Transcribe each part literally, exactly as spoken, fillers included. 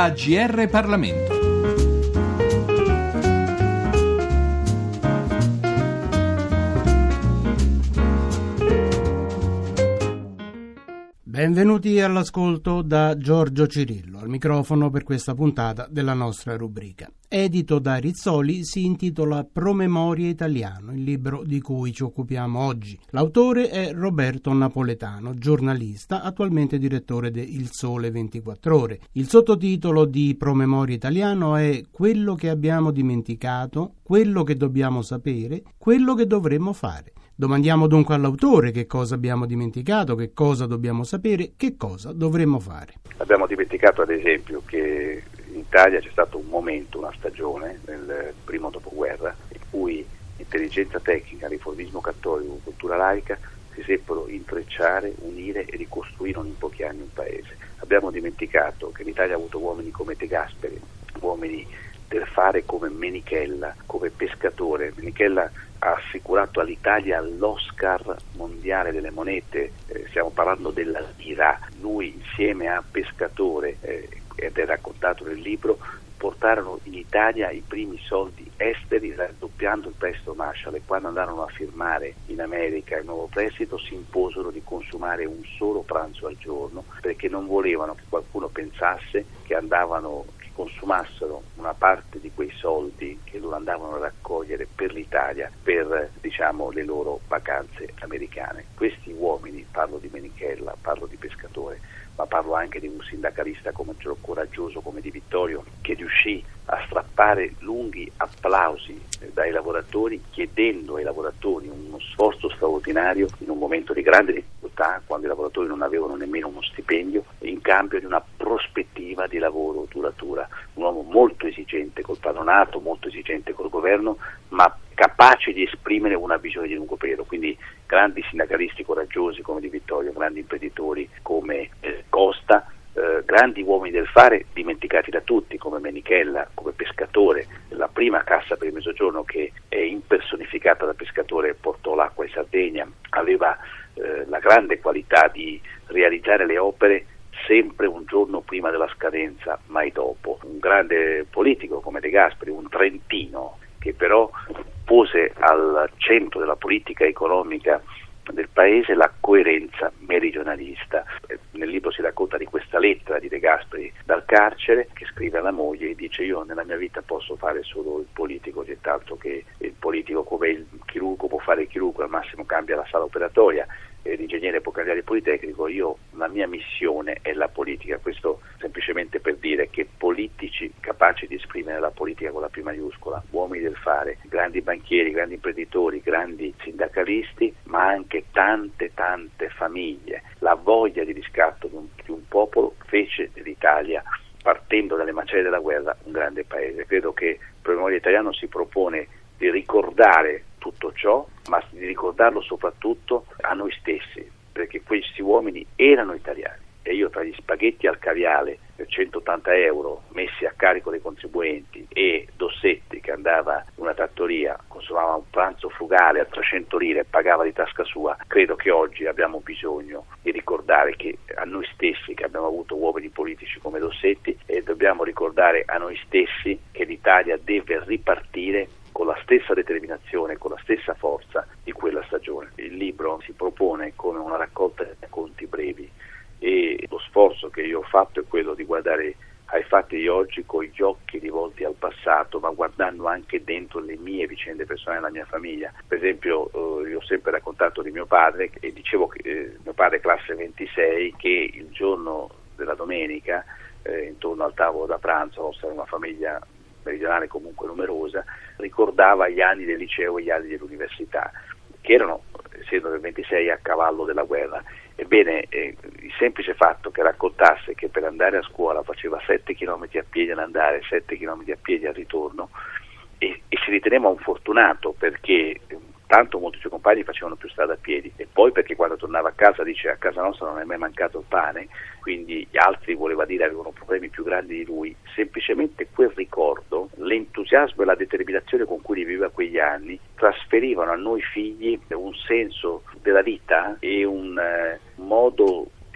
A G R Parlamento. Benvenuti all'ascolto da Giorgio Cirillo, al microfono per questa puntata della nostra rubrica. Edito da Rizzoli, si intitola Promemoria Italiano, il libro di cui ci occupiamo oggi. L'autore è Roberto Napoletano, giornalista, attualmente direttore de Il Sole ventiquattro Ore. Il sottotitolo di Promemoria Italiano è Quello che abbiamo dimenticato, quello che dobbiamo sapere, quello che dovremmo fare. Domandiamo dunque all'autore che cosa abbiamo dimenticato, che cosa dobbiamo sapere, che cosa dovremmo fare. Abbiamo dimenticato ad esempio che in Italia c'è stato un momento, una stagione, nel primo dopoguerra, in cui intelligenza tecnica, riformismo cattolico, cultura laica si seppero intrecciare, unire e ricostruirono in pochi anni un paese. Abbiamo dimenticato che l'Italia ha avuto uomini come De Gasperi, uomini del fare come Menichella, come pescatore. Menichella ha assicurato all'Italia l'Oscar mondiale delle monete, eh, stiamo parlando della lira. Lui insieme a Pescatore, eh, ed è raccontato nel libro, portarono in Italia i primi soldi esteri raddoppiando il prestito Marshall, e quando andarono a firmare in America il nuovo prestito si imposero di consumare un solo pranzo al giorno, perché non volevano che qualcuno pensasse che andavano consumassero una parte di quei soldi che loro andavano a raccogliere per l'Italia per, diciamo, le loro vacanze americane. Questi uomini, parlo di Menichella, parlo di Pescatore, ma parlo anche di un sindacalista come coraggioso come Di Vittorio, che riuscì a strappare lunghi applausi dai lavoratori, chiedendo ai lavoratori uno sforzo straordinario in un momento di grande difficoltà, quando i lavoratori non avevano nemmeno uno stipendio, in cambio di una prospettiva di lavoro duratura. Un uomo molto esigente col padronato, molto esigente col governo, ma capace di esprimere una visione di lungo periodo. Quindi grandi sindacalisti coraggiosi come Di Vittorio, grandi imprenditori come eh, Costa, eh, grandi uomini del fare dimenticati da tutti come Menichella, come Pescatore. La prima cassa per il Mezzogiorno, che è impersonificata da Pescatore, portò l'acqua in Sardegna, aveva eh, la grande qualità di realizzare le opere sempre un giorno prima della scadenza, mai dopo. Un grande politico come De Gasperi, un trentino, che però pose al centro della politica economica del paese la coerenza meridionalista. Nel libro si racconta di questa lettera di De Gasperi dal carcere, che scrive alla moglie e dice: io nella mia vita posso fare solo il politico, c'è tanto che il politico, come il chirurgo può fare il chirurgo, al massimo cambia la sala operatoria, e l'ingegnere può cambiare il politecnico, io la mia missione è la politica. Questo semplicemente per dire che politici capaci di esprimere la politica con la P maiuscola, uomini del fare, grandi banchieri, grandi imprenditori, grandi sindacalisti, ma anche tante tante famiglie, la voglia di riscatto di un, di un popolo fece dell'Italia, partendo dalle macerie della guerra, un grande paese. Credo che Promemoria Italiano si propone di ricordare tutto ciò, ma di ricordarlo soprattutto a noi stessi, perché questi uomini erano italiani, e io tra gli spaghetti al caviale per centottanta euro messi a carico dei contribuenti e Dossetti, che andava in una trattoria, consumava un pranzo frugale a trecento lire e pagava di tasca sua, credo che oggi abbiamo bisogno di ricordare che a noi stessi, che abbiamo avuto uomini politici come Dossetti, e dobbiamo ricordare a noi stessi che l'Italia deve ripartire con la stessa determinazione, con la stessa forza di quella stagione. Il libro si propone come una raccolta di racconti brevi, e lo sforzo che io ho fatto è quello di guardare ai fatti di oggi con gli occhi rivolti al passato, ma guardando anche dentro le mie vicende personali, la mia famiglia. Per esempio, eh, io ho sempre raccontato di mio padre, e dicevo che eh, mio padre classe ventisei, che il giorno della domenica, eh, intorno al tavolo da pranzo, nostra una famiglia meridionale comunque numerosa, ricordava gli anni del liceo e gli anni dell'università, che erano, essendo del ventisei, a cavallo della guerra. Ebbene, eh, il semplice fatto che raccontasse che per andare a scuola faceva sette chilometri a piedi all'andare, sette chilometri a piedi al ritorno, e, e si riteneva un fortunato, perché tanto molti suoi compagni facevano più strada a piedi, e poi perché quando tornava a casa dice: a casa nostra non è mai mancato il pane, quindi gli altri, voleva dire, avevano problemi più grandi di lui. Semplicemente quel ricordo, l'entusiasmo e la determinazione con cui viveva quegli anni, trasferivano a noi figli un senso della vita e un eh, modo di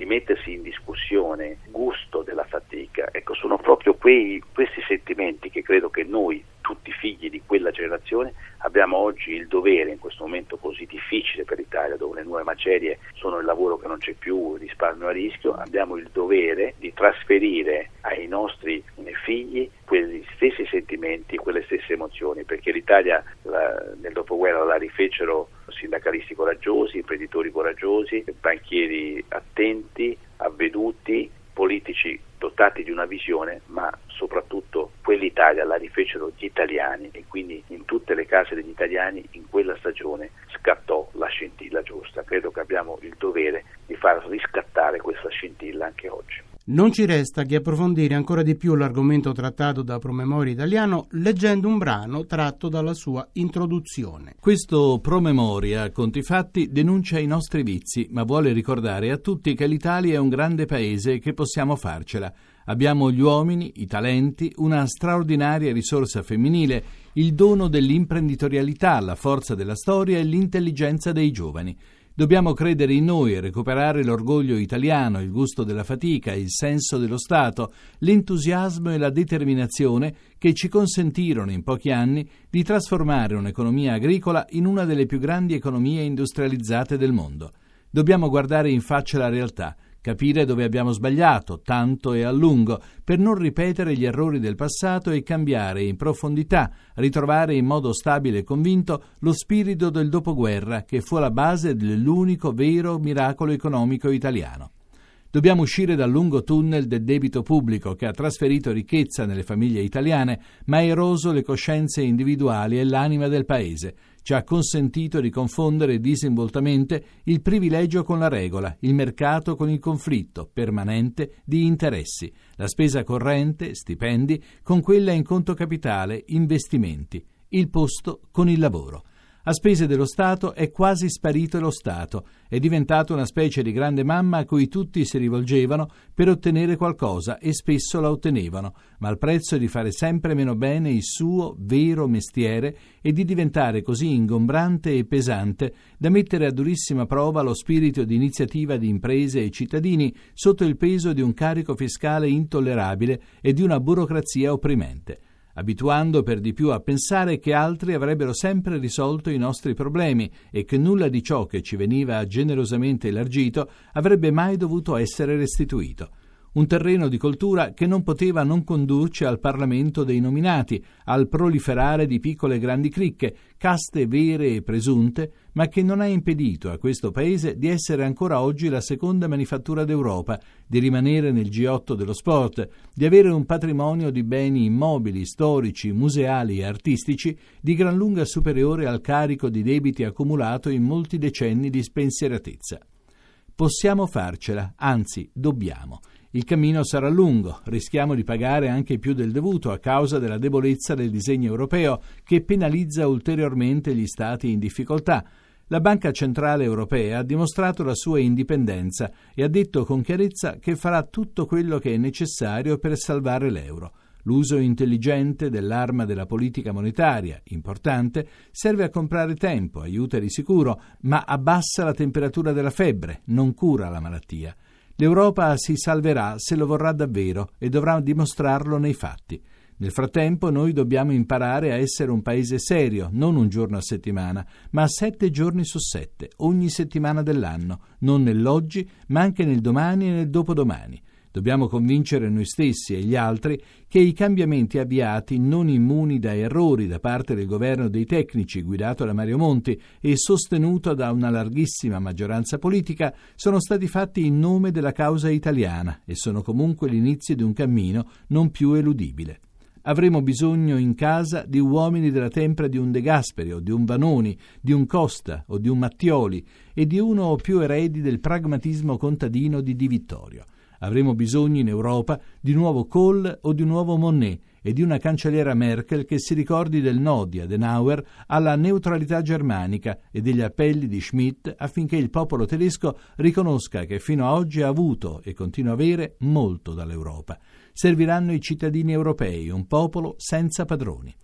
mettersi in discussione gusto della fatica. Ecco, sono proprio quei, questi sentimenti che credo che noi, tutti figli di quella generazione, abbiamo oggi il dovere, in questo momento così difficile per l'Italia, dove le nuove macerie sono il lavoro che non c'è più, il risparmio a rischio, abbiamo il dovere di trasferire ai nostri figli quegli stessi sentimenti, quelle stesse emozioni, perché l'Italia la, nel dopoguerra la rifecero sindacalisti coraggiosi, imprenditori coraggiosi, banchieri attenti, avveduti, politici dotati di una visione, ma soprattutto quell'Italia la rifecero gli italiani, e quindi in tutte le case degli italiani in quella stagione scattò la scintilla giusta. Credo che abbiamo il dovere di far riscattare questa scintilla anche oggi. Non ci resta che approfondire ancora di più l'argomento trattato da Promemoria Italiano leggendo un brano tratto dalla sua introduzione. Questo Promemoria, a conti fatti, denuncia i nostri vizi, ma vuole ricordare a tutti che l'Italia è un grande paese e che possiamo farcela. Abbiamo gli uomini, i talenti, una straordinaria risorsa femminile, il dono dell'imprenditorialità, la forza della storia e l'intelligenza dei giovani. Dobbiamo credere in noi e recuperare l'orgoglio italiano, il gusto della fatica, il senso dello Stato, l'entusiasmo e la determinazione che ci consentirono in pochi anni di trasformare un'economia agricola in una delle più grandi economie industrializzate del mondo. Dobbiamo guardare in faccia la realtà, capire dove abbiamo sbagliato, tanto e a lungo, per non ripetere gli errori del passato e cambiare in profondità, ritrovare in modo stabile e convinto lo spirito del dopoguerra che fu alla base dell'unico vero miracolo economico italiano. Dobbiamo uscire dal lungo tunnel del debito pubblico che ha trasferito ricchezza nelle famiglie italiane, ma ha eroso le coscienze individuali e l'anima del paese. Ci ha consentito di confondere disinvoltamente il privilegio con la regola, il mercato con il conflitto permanente di interessi, la spesa corrente, stipendi, con quella in conto capitale, investimenti, il posto con il lavoro. A spese dello Stato è quasi sparito lo Stato, è diventato una specie di grande mamma a cui tutti si rivolgevano per ottenere qualcosa e spesso la ottenevano, ma al prezzo di fare sempre meno bene il suo vero mestiere e di diventare così ingombrante e pesante da mettere a durissima prova lo spirito di iniziativa di imprese e cittadini sotto il peso di un carico fiscale intollerabile e di una burocrazia opprimente, abituando per di più a pensare che altri avrebbero sempre risolto i nostri problemi e che nulla di ciò che ci veniva generosamente elargito avrebbe mai dovuto essere restituito. Un terreno di coltura che non poteva non condurci al Parlamento dei nominati, al proliferare di piccole e grandi cricche, caste vere e presunte, ma che non ha impedito a questo Paese di essere ancora oggi la seconda manifattura d'Europa, di rimanere nel G otto dello sport, di avere un patrimonio di beni immobili, storici, museali e artistici di gran lunga superiore al carico di debiti accumulato in molti decenni di spensieratezza. Possiamo farcela, anzi dobbiamo. Il cammino sarà lungo, rischiamo di pagare anche più del dovuto a causa della debolezza del disegno europeo che penalizza ulteriormente gli Stati in difficoltà. La Banca Centrale Europea ha dimostrato la sua indipendenza e ha detto con chiarezza che farà tutto quello che è necessario per salvare l'euro. L'uso intelligente dell'arma della politica monetaria, importante, serve a comprare tempo, aiuta di sicuro, ma abbassa la temperatura della febbre, non cura la malattia. L'Europa si salverà se lo vorrà davvero e dovrà dimostrarlo nei fatti. Nel frattempo noi dobbiamo imparare a essere un paese serio, non un giorno a settimana, ma sette giorni su sette, ogni settimana dell'anno, non nell'oggi, ma anche nel domani e nel dopodomani. Dobbiamo convincere noi stessi e gli altri che i cambiamenti avviati, non immuni da errori da parte del governo dei tecnici guidato da Mario Monti e sostenuto da una larghissima maggioranza politica, sono stati fatti in nome della causa italiana e sono comunque l'inizio di un cammino non più eludibile. Avremo bisogno in casa di uomini della tempra di un De Gasperi o di un Vanoni, di un Costa o di un Mattioli e di uno o più eredi del pragmatismo contadino di Di Vittorio. Avremo bisogno in Europa di nuovo Kohl o di un nuovo Monnet e di una cancelliera Merkel che si ricordi del no di Adenauer alla neutralità germanica e degli appelli di Schmidt affinché il popolo tedesco riconosca che fino a oggi ha avuto e continua a avere molto dall'Europa. Serviranno i cittadini europei, un popolo senza padroni.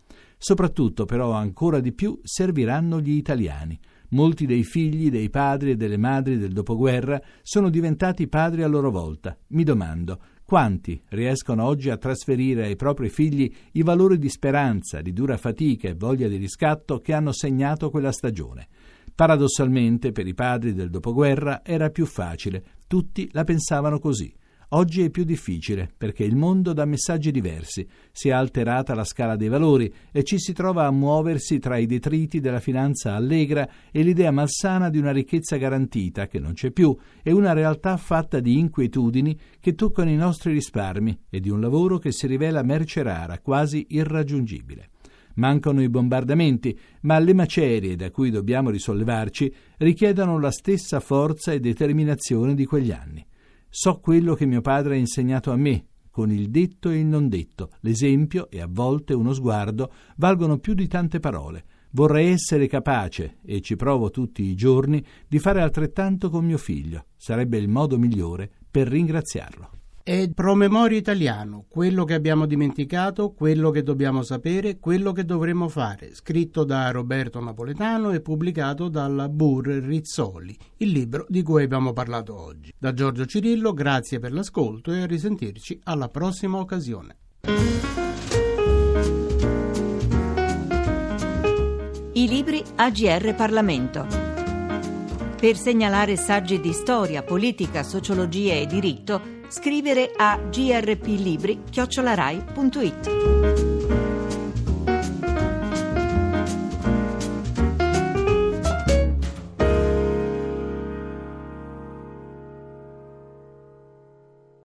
Soprattutto, però, ancora di più, serviranno gli italiani. Molti dei figli, dei padri e delle madri del dopoguerra sono diventati padri a loro volta. Mi domando, quanti riescono oggi a trasferire ai propri figli i valori di speranza, di dura fatica e voglia di riscatto che hanno segnato quella stagione? Paradossalmente, per i padri del dopoguerra era più facile, tutti la pensavano così. Oggi è più difficile, perché il mondo dà messaggi diversi, si è alterata la scala dei valori e ci si trova a muoversi tra i detriti della finanza allegra e l'idea malsana di una ricchezza garantita, che non c'è più, e una realtà fatta di inquietudini che toccano i nostri risparmi e di un lavoro che si rivela merce rara, quasi irraggiungibile. Mancano i bombardamenti, ma le macerie da cui dobbiamo risollevarci richiedono la stessa forza e determinazione di quegli anni. So quello che mio padre ha insegnato a me, con il detto e il non detto. L'esempio e a volte uno sguardo valgono più di tante parole. Vorrei essere capace, e ci provo tutti i giorni, di fare altrettanto con mio figlio. Sarebbe il modo migliore per ringraziarlo. È Promemoria Italiano, quello che abbiamo dimenticato, quello che dobbiamo sapere, quello che dovremmo fare, scritto da Roberto Napoletano e pubblicato dalla Bur Rizzoli, il libro di cui abbiamo parlato oggi. Da Giorgio Cirillo, grazie per l'ascolto e a risentirci alla prossima occasione. I libri A G R Parlamento. Per segnalare saggi di storia, politica, sociologia e diritto, scrivere a grplibri chiocciola rai punto it.